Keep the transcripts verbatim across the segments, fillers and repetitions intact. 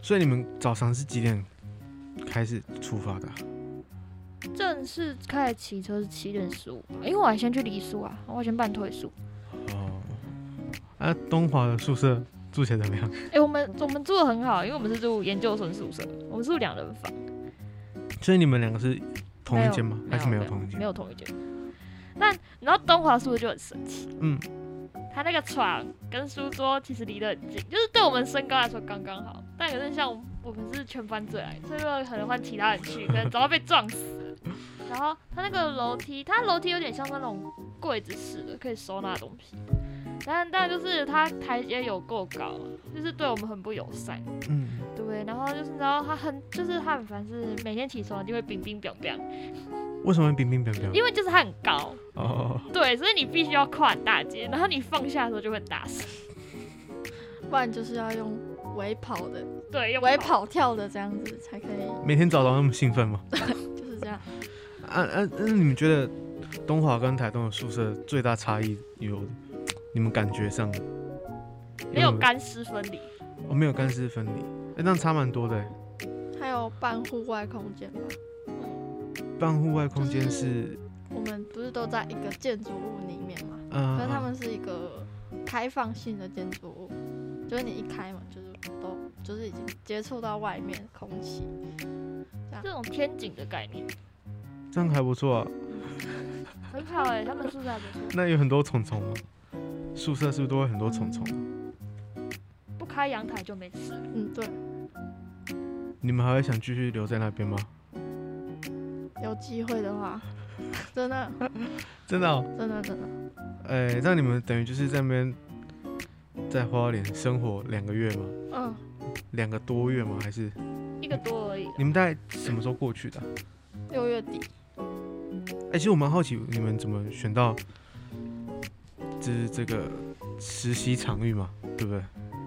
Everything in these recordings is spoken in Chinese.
所以你们早上是几点开始出发的、啊？ 正式开始骑车是七点十五，因为我还先去离宿啊，我先办退宿。 哦，啊，东华的宿舍住起来怎么样？ 哎、欸，我们我们住的很好，因为我们是住研究生宿舍，我们是住两人房。 所以你们两个是同一间吗？还是没有同一间？ 没有同一间。但你知道东华宿舍就很神奇，嗯，他那个床跟书桌其实离得很近，就是对我们身高来说刚刚好。但可是像我们是全班最矮，所以说可能换其他人去，可能早要被撞死了。然后他那个楼梯，他楼梯有点像那种柜子式的，可以收纳东西。但但就是它台阶有够高，就是对我们很不友善。嗯，对。然后就是然后他很就是他很烦，是每天起床就会冰冰冰冰。 为什么会冰冰冰冰？ 因为就是它很高。 哦。 对，所以你必须要跨很大阶，然后你放下的时候就会很大声。 不然就是要用微跑的， 对，用微跑跳的这样子才可以。 每天早上那么兴奋吗？ 就是这样。 啊啊！那你们觉得东华跟台东的宿舍最大差异有？你们感觉上没有干湿分离？ 哦，没有干湿分离，哎、欸，那差蛮多的。 还有半户外空间吧？ 半户外空间是、就是？ 我们不是都在一个建筑物里面嘛？嗯。可是他们是一个开放性的建筑物，就是你一开门就是都就是已经接触到外面空气， 这这种天井的概念。 这样还不错啊。 很好哎、欸，他们宿舍还不错。 那有很多虫虫吗？宿舍是不是都会很多虫虫？ 不开阳台就没事。 嗯，对。 你们还会想继续留在那边吗？ 有机会的话，真的。 真的、哦？ 真的真的。 哎、欸，那你们等于就是在那边在花莲生活两个月吗？嗯。两个多月吗？还是？ 一个多而已。 你们大概什么时候过去的、啊？ 六月底。 哎、欸，其实我蛮好奇，你们怎么选到这这个实习场域嘛，对不对？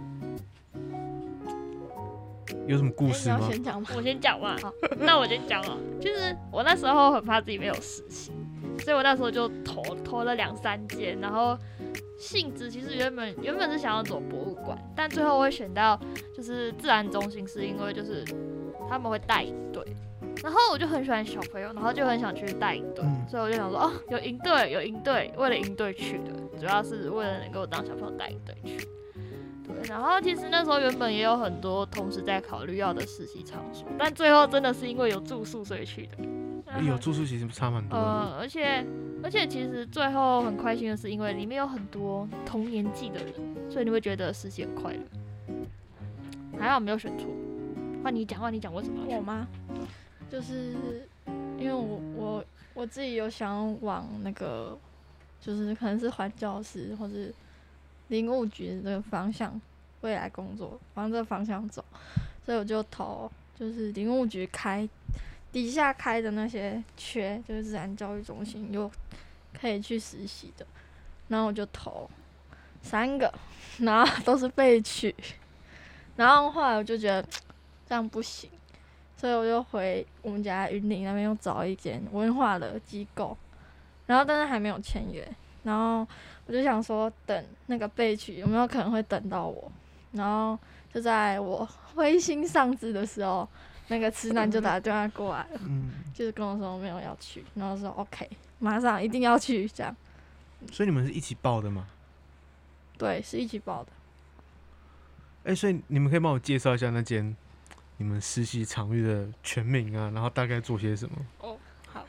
有什么故事吗？ 欸、先讲我先讲嘛。好，那我先讲了。就是我那时候很怕自己没有实习，所以我那时候就投投了两三间，然后性质其实原本原本是想要走博物馆，但最后我会选到就是自然中心，是因为就是他们会带营队。然后我就很喜欢小朋友，然后就很想去带营队、嗯，所以我就想说，哦，有营队，有营队，为了营队去的，主要是为了能够当小朋友带营队去。对，然后其实那时候原本也有很多同时在考虑要的实习场所，但最后真的是因为有住宿所以去的。 有住宿其实差蛮多的。 呃，而且而且其实最后很开心的是，因为里面有很多同年纪的人，所以你会觉得实习很快乐。还好没有选错。换你讲，换你讲，为什么要我吗？就是因为我我我自己有想往那个，就是可能是环教师或是林务局这个方向未来工作，往这个方向走，所以我就投就是林务局开底下开的那些缺，就是自然教育中心有可以去实习的，然后我就投三个，然后都是被取，然后后来我就觉得这样不行。所以我就回我们家云林那边又找一间文化的机构，然后但是还没有签约，然后我就想说等那个备取有没有可能会等到我，然后就在我灰心丧志的时候，那个痴男就打电话过来了，嗯、就是跟我说没有要去，然后说 OK， 马上一定要去这样。 所以你们是一起报的吗？ 对，是一起报的。 哎、欸，所以你们可以帮我介绍一下那间你们实习场域的全名啊，然后大概做些什么？ 哦，好，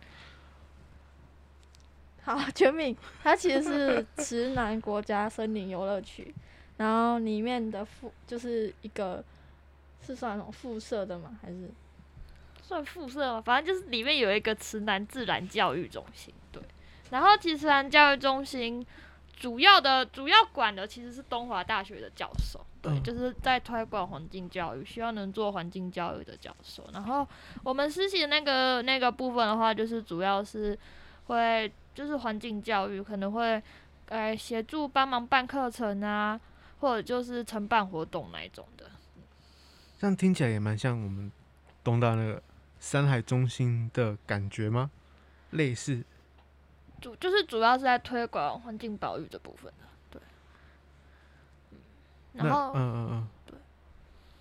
好，全名它其实是池南国家森林游乐区，然后里面的附就是一个是算那种附设的吗？还是算附设吗？反正就是里面有一个池南自然教育中心，对。然后其实池南教育中心主要的主要管的其实是东华大学的教授。对，就是在推广环境教育，希望能做环境教育的教授。然后我们实习的那个那个部分的话，就是主要是会就是环境教育，可能会呃协助帮忙办课程啊，或者就是承办活动那一种的。 这样听起来也蛮像我们东大那个山海中心的感觉吗？类似。 主就是主要是在推广环境保育的部分的。然后， 嗯嗯嗯， 那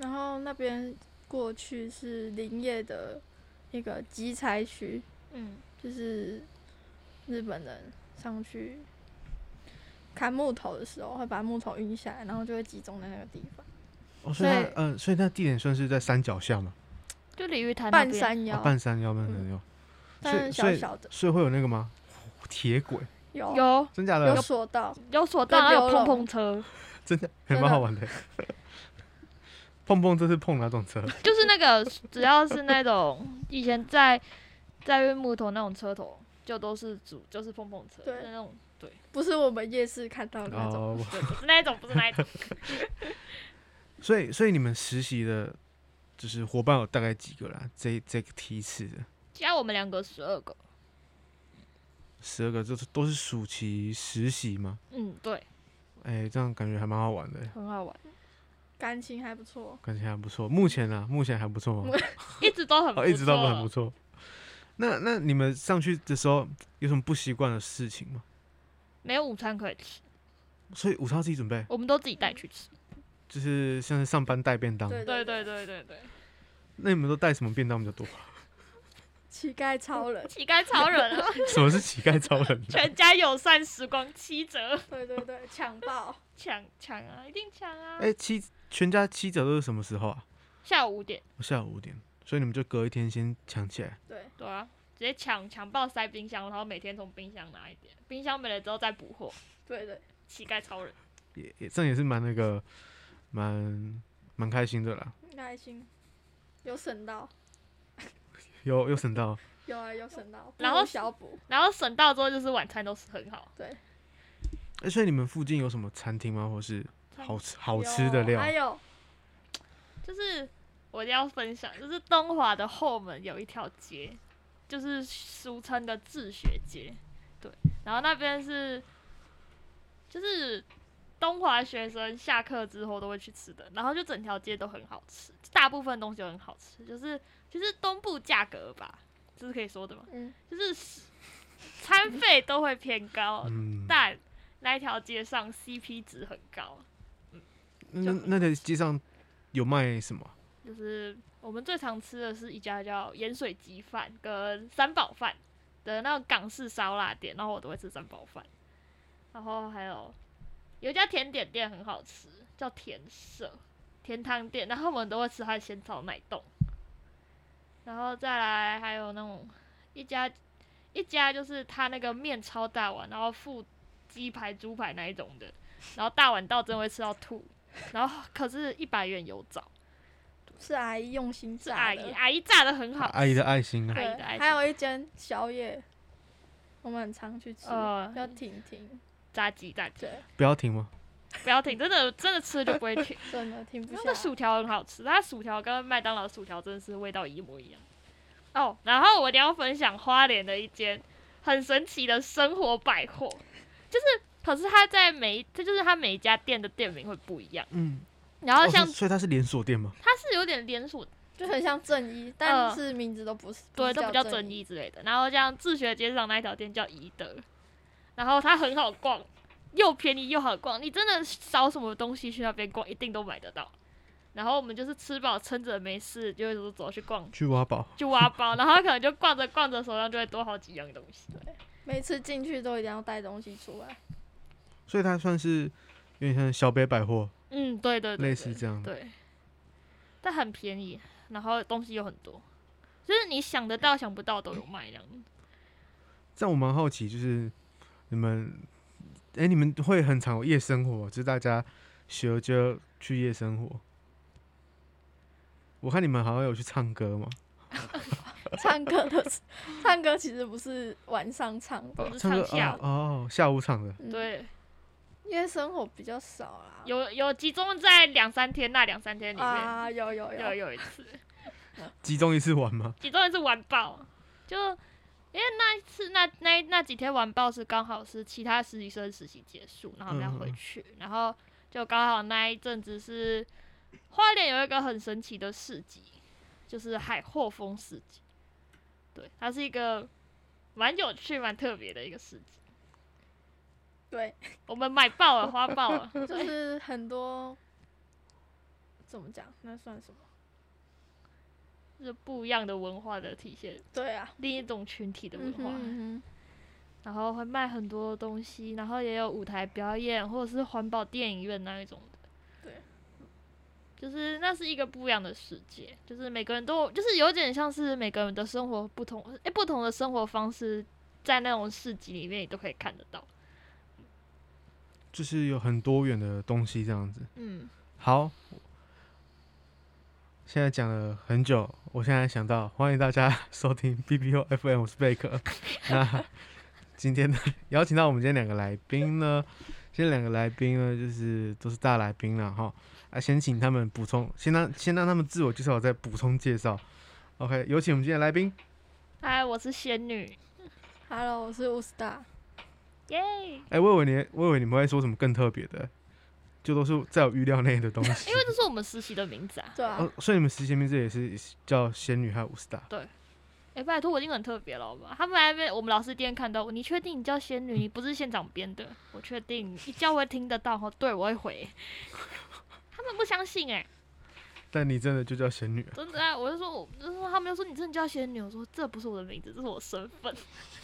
然后那边过去是林业的一个集采区， 嗯， 就是日本人上去砍木头的时候，会把木头运下来，然后就会集中在那个地方。 哦，所以它对嗯、呃，所以那地点算是在山脚下嘛， 就鲤鱼潭那半边。 山腰， 哦，半山腰，半山腰， 但是所以小小的， 所以会有那个吗？铁轨， 有有真假的有？索道， 有索道， 跟还有碰流笼碰车， 真的还蛮好玩的。碰碰这是碰哪种车？ 就是那个只要是那种以前在在运木头那种车头，就都是主就是碰碰车， 对就是那种对不是我们夜市看到的那种。 哦， 对，不是那一种，不是那一种。 所以所以你们实习的，就是伙伴有大概几个啦？这这个梯次的加我们两个十二个， 十二个，就是都是暑期实习吗？ 嗯，对， 哎、这样感觉还蛮好玩的， 很好玩， 感情还不错， 感觉还不错。目前啊，目前还不错吗？ 一直都很不哦， 错， 一直都很不错。那那你们上去的时候有什么不习惯的事情吗？ 没有午餐可以吃， 所以午餐要自己准备， 我们都自己带去吃。 就是像是上班带便当。 对对对对对对， 那你们都带什么便当比较多？ 乞丐超人， 乞丐超人啊， 什么是乞丐超人？ 全家友善时光七折， 对对对，抢爆， 抢抢啊，一定抢啊！ 哎、七全家七折都是什么时候啊？ 下午五点， 下午五点，所以你们就隔一天先抢起来。 对， 对啊，直接抢抢爆塞冰箱，然后每天从冰箱拿一点，冰箱没了之后再补货。 对对， 乞丐超人， 也也这样也是蛮那个，蛮蛮开心的啦。 开心，有省到， 有有省到， 有啊有省到， 然后不如小补， 然后省到之后就是晚餐都是很好， 对， 哎、所以你们附近有什么餐厅吗？或是好吃好吃的有料？ 还有就是我一定要分享，就是东华的后门有一条街，就是俗称的自学街，对，然后那边是就是东华学生下课之后都会去吃的，然后就整条街都很好吃，大部分东西都很好吃，就是就是东部价格吧，这是可以说的吗？ 嗯， 就是餐费都会偏高， 嗯， 但那一条街上 C P 值很高， 那那条街上有卖什么？ 就是我们最常吃的是一家叫盐水鸡饭跟三宝饭的那种港式烧腊店，然后我都会吃三宝饭，然后还有有一家甜点店很好吃，叫甜舍甜汤店，然后我们都会吃它的仙草奶冻，然后再来还有那种一家一家就是它那个面超大碗，然后附鸡排、猪排那一种的，然后大碗到真的会吃到吐，然后可是一百元有找。 是阿姨用心是阿姨， 炸的， 阿姨炸的很好吃， 阿姨的爱心啊！ 阿姨对的爱，心还有一间宵夜，我们很常去吃， 呃叫婷婷， 炸鸡炸鸡， 对， 不要停吗？ 不要停，真的真的吃了就不会停。 真的停不下来。 它的薯条很好吃，它薯条跟麦当劳薯条真的是味道一模一样。哦，然后我一定要分享花莲的一间很神奇的生活百货，就是可是它在每一，它就是它每一家店的店名会不一样。 嗯， 然后像哦所以它是连锁店吗？ 它是有点连锁， 就很像正一，但是名字都不是， 对，都比较正正义之类的。然后像自学街上那一条店叫宜德，然后它很好逛，又便宜又好逛，你真的少什么东西去那边逛，一定都买得到。然后我们就是吃饱撑着没事，就会说走去逛， 去挖宝。 去挖包，然后可能就逛着逛着手上就会多好几样东西。 每次进去都一定要带东西出来。 所以它算是有点像小北百货， 嗯，对对对类似这样。 对，但很便宜，然后东西又很多，就是你想得到想不到都有卖这样。 这样我蛮好奇，就是你们，哎、你们会很常有夜生活，就是大家学就去夜生活。我看你们好像有去唱歌嘛， 唱歌的是，唱歌其实不是晚上唱的， 我是唱歌唱下午哦哦，下午唱的。 嗯， 对， 夜生活比较少啦。 有有集中在两三天，那两三天里面， 啊，有有有有， 有一次， 集中一次玩吗？ 集中一次完爆，就因为那一次那那那几天完爆是刚好是其他实习生实习结束，然后我们要回去，然后就刚好那一阵子是花莲有一个很神奇的市集，就是海货风市集，对，它是一个蛮有趣、蛮特别的一个市集。 对， 我们买爆了，花爆了， 就是很多怎么讲？那算什么？ 是不一样的文化的体现， 对啊， 另一种群体的文化。 嗯哼然后会卖很多东西，然后也有舞台表演或者是环保电影院那一种的。 对， 就是那是一个不一样的世界，就是每个人都就是有点像是每个人的生活不同，哎、不同的生活方式在那种市集里面你都可以看得到。 就是有很多元的东西这样子。 嗯， 好，现在讲了很久，我现在想到，欢迎大家收听 B B O F M， 我是贝克。那今天呢，邀请到我们今天两个来宾呢，今天两个来宾呢，就是都是大来宾了哈。啊，先请他们补充，先让先让他们自我介绍，再补充介绍。OK， 有请我们今天的来宾。 嗨，我是仙女， ，Hello， 我是乌斯达。 耶、 哎、我以为你，我以为你们会说什么更特别的，就都是在我预料内的东西。 因为这是我们实习的名字啊。 对啊， 哦，所以你们实习名字也是叫仙女还有乌斯达。 哎、拜托，我已经很特别了，好吧？他们还被我们老师第一天看到我，你确定你叫仙女？你不是现场编的？我确定，一叫会听得到哈。对，我会回。他们不相信哎、 但你真的就叫仙女啊？ 真的啊！我就说，我就说他们就说你真的叫仙女，我说这不是我的名字，这是我身份。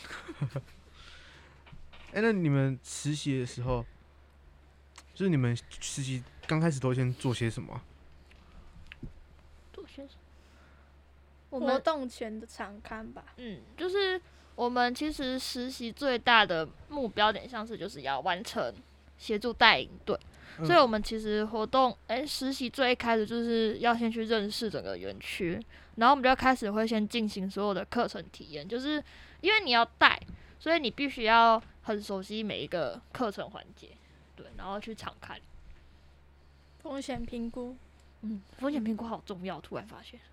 哎、那你们实习的时候，就是你们实习刚开始都先做些什么啊？ 做些什么？ 活我们动前的常刊吧。 嗯，就是我们其实实习最大的目标点像是就是要完成协助带营队。 嗯所以，我们其实活动，哎、实习最一开始就是要先去认识整个园区，然后我们就开始会先进行所有的课程体验，就是因为你要带，所以你必须要很熟悉每一个课程环节，对，然后去场看。 风险评估， 嗯，风险评估好重要，突然发现。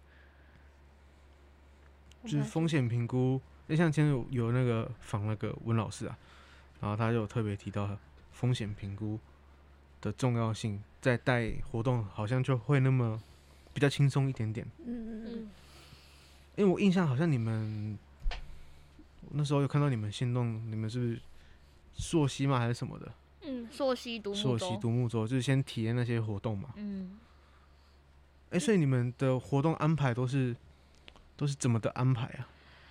就是风险评估。那像今天有有那个访那个温老师啊，然后他就有特别提到风险评估的重要性，在带活动好像就会那么比较轻松一点点。 嗯嗯嗯， 嗯， 因为我印象好像你们那时候有看到你们行动，你们是不是溯溪吗还是什么的？ 嗯，溯溪独木溯溪舟。 独木舟，就是先体验那些活动嘛。 嗯， 哎、所以你们的活动安排都是都是怎么的安排啊？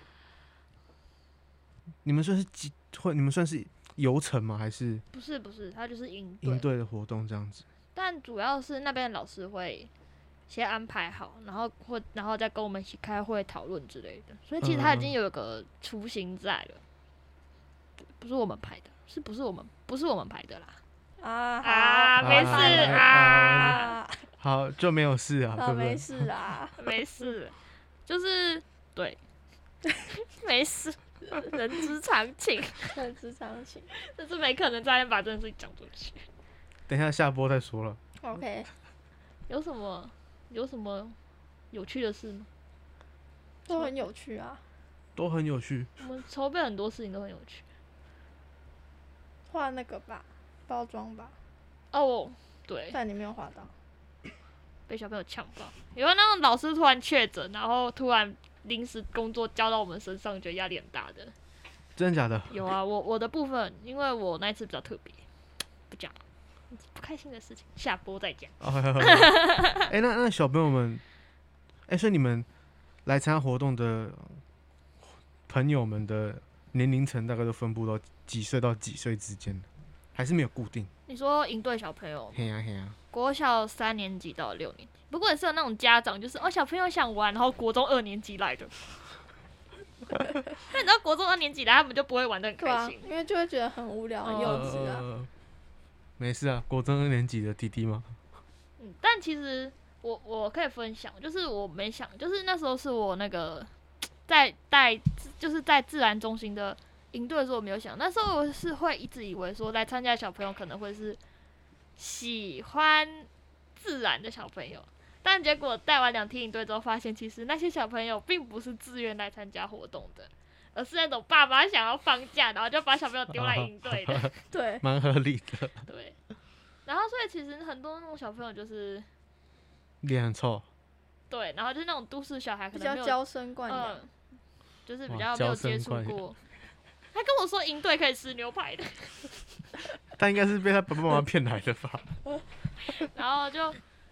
你们算是几或你们算是游程吗？还是不是不是，它就是营营队， 队的活动这样子？ 但主要是那边的老师会先安排好，然后或然后再跟我们一起开会讨论之类的，所以其实他已经有一个雏形在了，对不是我们排的，是不是我们不是我们排的啦？ 啊啊好没事啊啊啊， 好，就没有事啊， 好没对不对？ 事啊， 没事，就是对，没事，人之常情， 很职场情。 但是没可能再把这件事情讲出去。 等一下下播再说了。 OK， 有什么有什么有趣的事吗？ 都很有趣啊， 都很有趣。 我们筹备很多事情都很有趣。 画那个吧，包装吧， 哦，对， 但你没有画到。 被小朋友呛爆。有那种老师突然确诊，然后突然临时工作交到我们身上，觉得压力很大的。 真的假的？ 有啊，我我的部分，因为我那一次比较特别，不讲不开心的事情，下播再讲。 哎、欸，那那小朋友们，哎、欸，所以你们来参加活动的朋友们的年龄层大概都分布到几岁到几岁之间，还是没有固定？ 你说营队小朋友， 嘿呀嘿呀， 国小三年级到六年级，不过也是有那种家长，就是哦小朋友想玩，然后国中二年级来的。那你知道国中二年级来，他们就不会玩得很对啊开心，， 因为就会觉得很无聊、很哦幼稚啊。 呃没事啊，国中二年级的弟弟吗？ 嗯，但其实我我可以分享，就是我没想，就是那时候是我那个在带，就是在自然中心的营队的时候，我没有想，那时候我是会一直以为说来参加的小朋友可能会是喜欢自然的小朋友，但结果带完两天营队之后，发现其实那些小朋友并不是自愿来参加活动的，而是那种爸妈想要放假，然后就把小朋友丢来营队的。 对， 蛮合理的。 对，然后所以其实很多那种小朋友就是脸很臭， 对，然后就是那种都市小孩可能没有比较娇生惯养。 嗯，就是比哇较没有娇生接触惯养过。他跟我说营队可以吃牛排的， 他应该是被他爸爸妈妈骗来的吧？ 然后就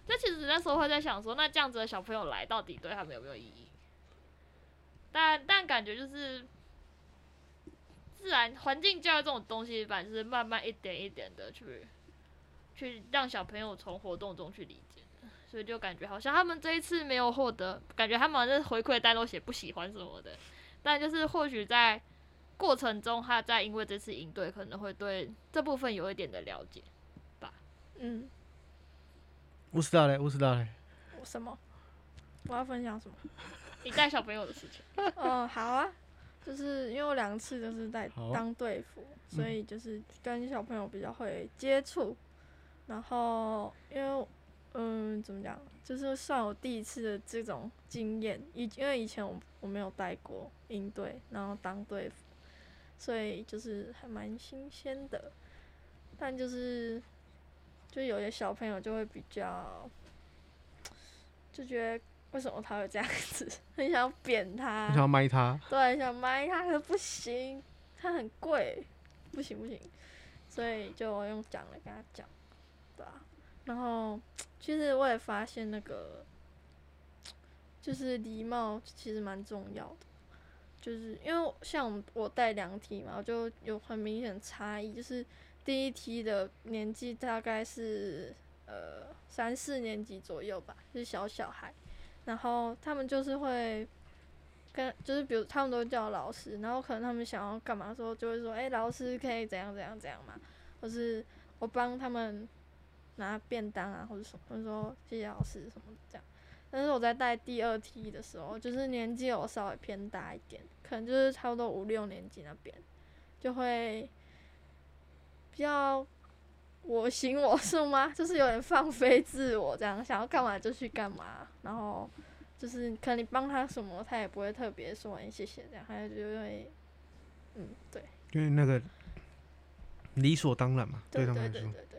那其实那时候会在想说，那这样子的小朋友来，到底对他们有没有意义？但但感觉就是自然环境教育这种东西，反正是慢慢一点一点的去去让小朋友从活动中去理解的，所以就感觉好像他们这一次没有获得，感觉他们好像回馈单都写不喜欢什么的，但就是或许在过程中，他在因为这次营队可能会对这部分有一点的了解吧。 嗯， 我知道嘞，我知道嘞。 我什么？我要分享什么？ 你带小朋友的事情。 嗯，好啊，就是因为我两次都是在好当队服，所以就是跟小朋友比较会接触。然后因为嗯怎么讲，就是算我第一次的这种经验，以因为以前我我没有带过营队，然后当队服，所以就是还蛮新鲜的。但就是就有些小朋友就会比较就觉得为什么他会这样子，很想扁他， 我想要卖他。 对，想买它，可是不行，它很贵，不行不行，所以就用讲的跟他讲，对啊。然后其实我也发现那个，就是礼貌其实蛮重要的，就是因为像我带两梯嘛，我就有很明显差异，就是第一梯的年纪大概是呃三四年级左右吧，就是小小孩。然后他们就是会跟，就是比如他们都叫老师，然后可能他们想要干嘛的时候，就会说，哎、欸，老师可以怎样怎样怎样嘛，或是我帮他们拿便当啊，或者什么，或者说谢谢老师什么的这样。但是我在带第二梯的时候，就是年纪有稍微偏大一点，可能就是差不多五六年级那边，就会比较我行我素吗？就是有点放飞自我，这样想要干嘛就去干嘛，然后就是可能你帮他什么，他也不会特别说哎、欸、谢谢这样，他就会嗯对， 因为那个理所当然嘛， 对他们来说。 对对对对，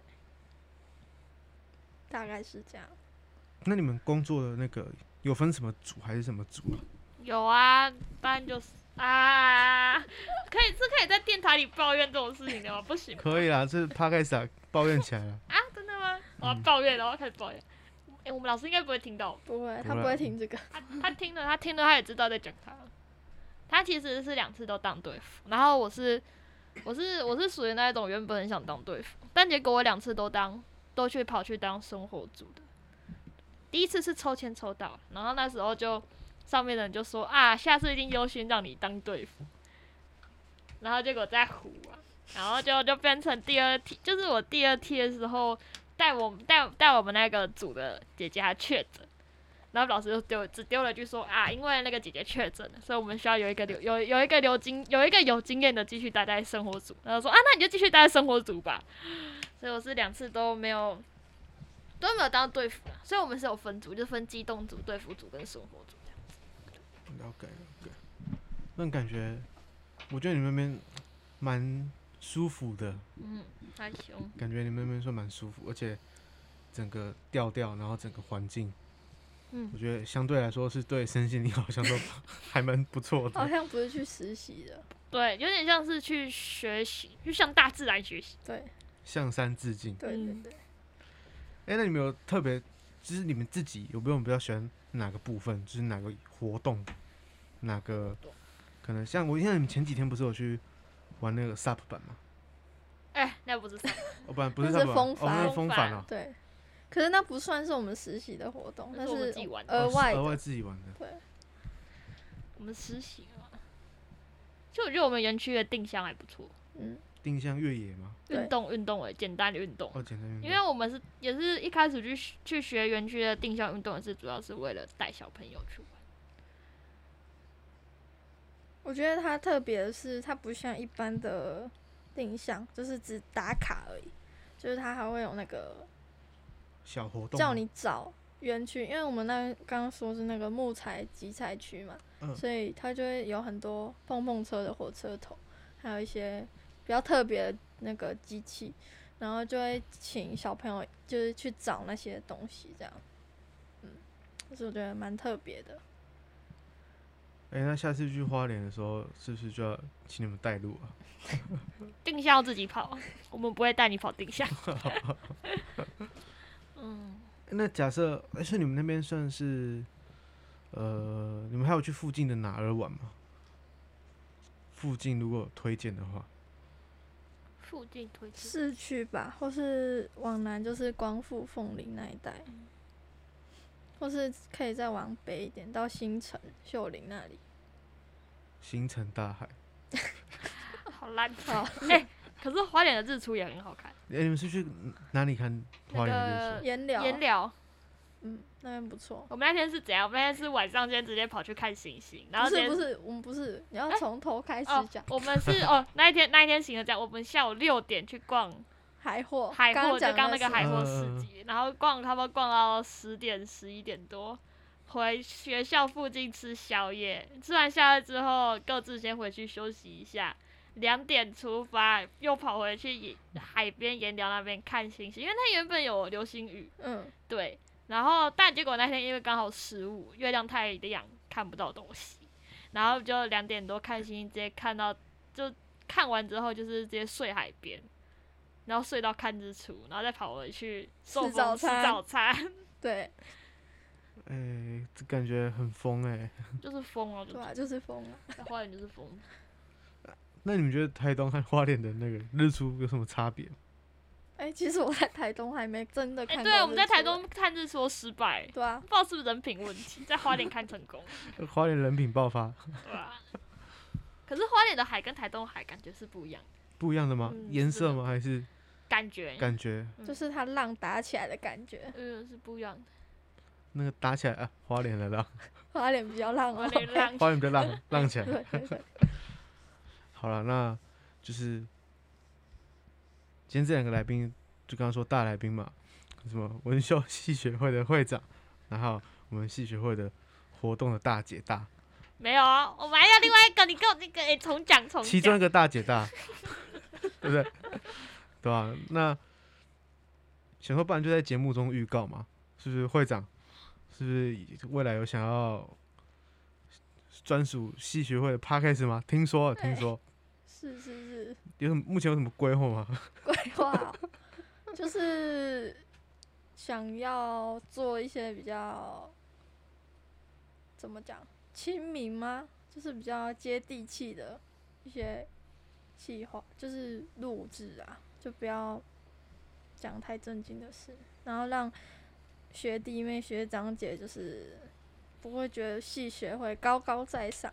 大概是这样。 那你们工作的那个有分什么组还是什么组啊？ 有啊，当然就是啊，可以是可以在电台里抱怨这种事情的吗？不行吧。 可以啦，这 podcast 啊，抱怨起来了。 啊，真的吗？我要抱怨，然后开始抱怨。哎、欸，我们老师应该不会听到。 不会，他不会听这个。 他他听了，他听了，他也知道在讲他。他其实是两次都当队服，然后我是我是我是属于那一种原本很想当队服，但结果我两次都当都去跑去当生活组的。第一次是抽签抽到，然后那时候就上面的人就说啊，下次一定优先让你当队服，然后结果再胡啊，然后就就变成第二梯，就是我第二梯的时候带我带带我们那个组的姐姐还确诊，然后老师就丢只丢了一句说啊，因为那个姐姐确诊了，所以我们需要有一个留有有一个留经有一个有经验的继续待在生活组，然后说啊，那你就继续待在生活组吧，所以我是两次都没有。都没有当队服啦，所以我们是有分组，就分机动组、队服组跟生活组这样子。 了解了解，那感觉，我觉得你们那边蛮舒服的。 嗯，还行。 感觉你们那边算蛮舒服，而且整个调调，然后整个环境， 嗯， 我觉得相对来说是对身心灵好像都还蛮不错的。 好像不是去实习的。 对，有点像是去学习，就向大自然学习。 对， 向山致敬。 对对对。 哎、欸，那你们有特别，就是你们自己有没有比较喜欢哪个部分？就是哪个活动，哪个可能像我，因为你们前几天不是有去玩那个 S U P 版吗？ 哎、欸，那不是 S U P， 哦，不然不是 S U P 版， 风哦，那是风帆啊。 对，可是那不算是我们实习的活动，那是是额外额外自己玩的。 对， 我们实习嘛，就我觉得我们园区的定向还不错。 嗯。 定向越野吗？ 运动运动诶，简单的运动。 哦，简单运动。 因为我们是也是一开始去去学园区的定向运动，也是主要是为了带小朋友去玩。 我觉得它特别的是，它不像一般的定向，就是只打卡而已，就是它还会有那个小活动叫你找园区，因为我们那刚刚说是那个木材集采区嘛、嗯，所以它就会有很多碰碰车的火车头，还有一些比较特别的那个机器，然后就会请小朋友就是去找那些东西，这样，嗯，就是我觉得蛮特别的。 哎、欸，那下次去花莲的时候，是不是就要请你们带路啊？ 定向要自己跑，我们不会带你跑定向。嗯， 欸， 那假设，而且你们那边算是，呃，你们还有去附近的哪儿玩吗？附近如果有推荐的话， 附近推荐市区吧，或是往南就是光复、凤林那一带，或是可以再往北一点到新城、秀林那里。 星辰大海。 好烂哦。哎，可是花莲的日出也很好看。 哎、你们是去哪里看花莲的日出？ 盐寮， 盐寮， 嗯，那边不错。 我们那天是怎样？我们那天是晚上先直接跑去看星星，然后直接不是不是，我们不是，你要从头开始哦讲。， 我们是哦，那一天那一天行的这样，我们下午六点去逛海货， 海货，就讲刚那个海货， 货市集，然后逛他们逛到十点十一点多，回学校附近吃宵夜，吃完宵夜之后各自先回去休息一下。两点出发，又跑回去海边盐寮那边看星星，因为它原本有流星雨， 嗯， 对。然后但结果那天因为刚好十五，月亮太亮看不到东西，然后就两点多看星星，直接看到就看完之后就是直接睡海边，然后睡到看日出，然后再跑回去寿吃早丰吃餐早餐， 对， 哎、这感觉很疯哎、 就是疯了，就对啊，就是疯了。 在花莲就是疯。 那你们觉得台东和花莲的那个日出有什么差别？ 哎、其实我在台东还没真的哎、 看过、 对，我们在台东，看日出失败， 对啊， 不知道是不是人品问题，在花莲看成功， 花莲人品爆发， 对吧？可是花莲的海跟台东海感觉是不一样的， 不一样的吗？ 嗯颜、 是的色吗？还是感觉， 感觉？ 就是它浪打起来的感觉， 嗯，是不一样的。 那个打起来啊，花莲的浪， 花莲比较浪哦。 花莲浪花莲的浪浪起来。 对对对， 好了，那就是今天这两个来宾，就刚刚说大来宾嘛，什么文秀系学会的会长，然后我们系学会的活动的大姐大， 没有啊，我们还要另外一个，你给我那个诶，重讲重讲。 其中一个大姐大，对不对？对吧、那想说，不然就在节目中预告嘛，是不是会长？是不是未来有想要专属系学会的 podcast 吗？听说了，听说是是是， 有什么目前有什么规划吗？ 规划哦就是想要做一些比较怎么讲亲民吗？就是比较接地气的一些计划，就是录制啊，就不要讲太正经的事，然后让学弟妹、学长姐就是不会觉得系学会高高在上，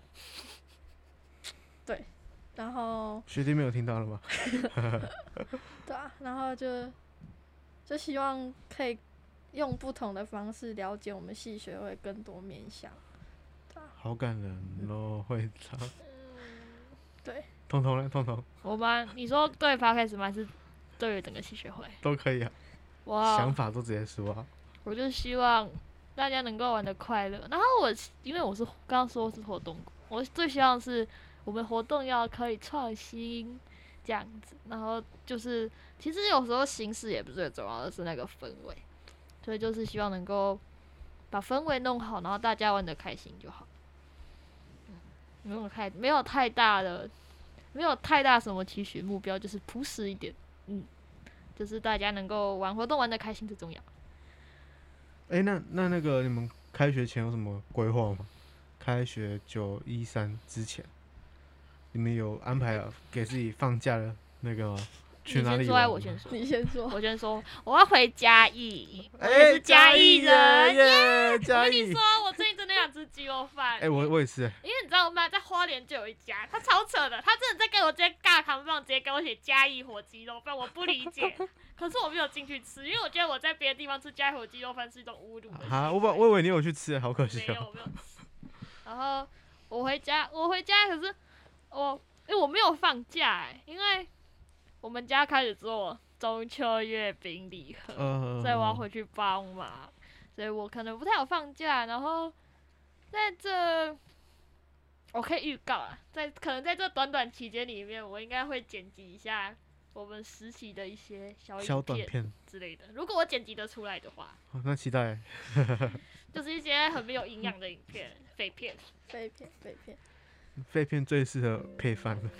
对，然后学弟没有听到了吗？ 对啊，然后就就希望可以用不同的方式了解我们系学会更多面向。 好感人哦，会长。 对， 彤彤呢？彤彤我吗？你说对 podcast 吗？还是对于整个系学会？ 都可以啊， 哇， 想法都直接说啊。 我就希望大家能够玩得快乐。然后我因为我是刚刚说是活动，我最希望是我们活动要可以创新这样子。然后就是其实有时候形式也不是最重要的，是那个氛围。所以就是希望能够把氛围弄好，然后大家玩得开心就好。嗯，没有太没有太大的没有太大什么期许目标，就是朴实一点。嗯，就是大家能够玩活动玩得开心最重要。 哎、欸，那那那个你们开学前有什么规划吗？开学九一三之前，你们有安排了给自己放假的那个吗？去哪里你先说，还玩吗？ 是我先说？ 你先说。 我先说，我要回嘉义，我哎、 也是嘉义人。 耶！ 我嘉义。 跟你说，我最近真的想吃鸡肉饭。 哎、我我也是、欸。 因为你知道吗？在花莲就有一家，他超扯的，他真的在跟我直接尬扛棒，直接跟我写嘉义火鸡肉饭，我不理解。可是我没有进去吃，因为我觉得我在别的地方吃嘉义火鸡肉饭是一种侮辱的行为。 啊，我把我以为你有去吃、欸，好可惜哦、 没有，我没有吃。然后我回家，我回家可是我，因为我没有放假哎、因为我们家开始做中秋月饼礼盒， 呃， 所以我要回去帮忙，所以我可能不太有放假。然后在这，我可以预告啊，在可能在这短短期间里面，我应该会剪辑一下我们实习的一些小小影片短片， 之类的。如果我剪辑得出来的话， 哦那期待。 就是一些很没有营养的影片、废片。 废片废片， 废片最适合配饭了。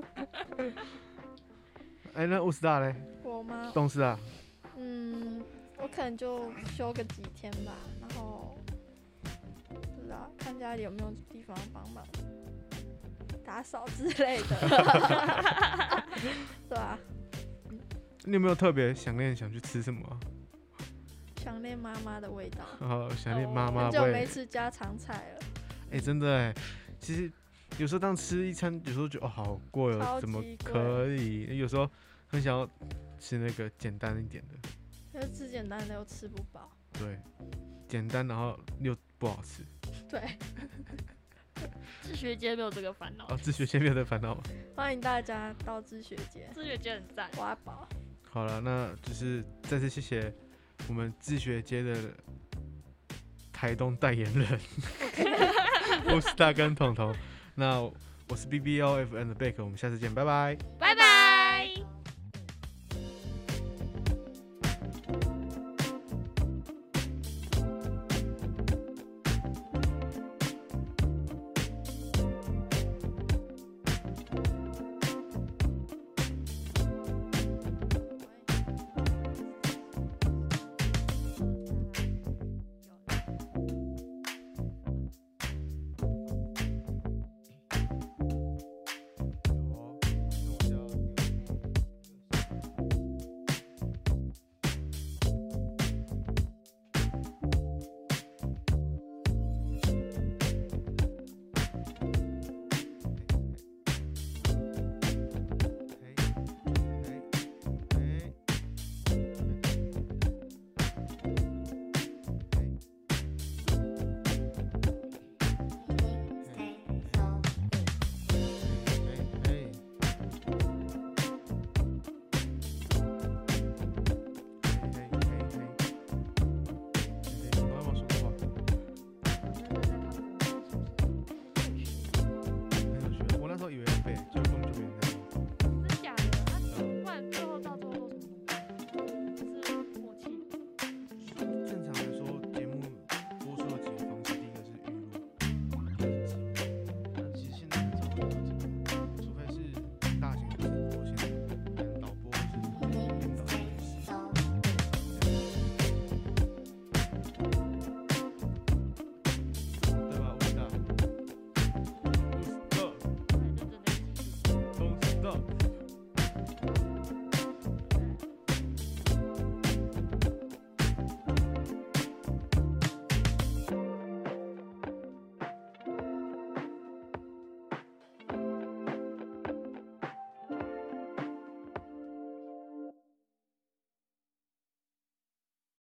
哎、那乌斯大嘞？ 我吗？ 东斯啊？ 嗯， 我可能就休个几天吧，然后不知道看家里有没有地方帮忙打扫之类的，对吧？ 你有没有特别想念想去吃什么啊？ 想念妈妈的味道， 哦，想念妈妈很久没味。 吃家常菜了， 哎、真的哎，其实有时候当吃一餐，有时候觉得哦好贵哦， 超级怎么贵可以？有时候很想要吃那个简单一点的， 可是吃简单的又吃不饱。 对，简单然后又不好吃。 对， 自学街没有这个烦恼哦，，自学先没有的烦恼吗？ 欢迎大家到自学节自学街很赞。 挖宝。 好了，那就是再次谢谢我们自学街的台东代言人，我是大根彤彤，那我是 B B L F N 的贝克，我们下次见，拜拜。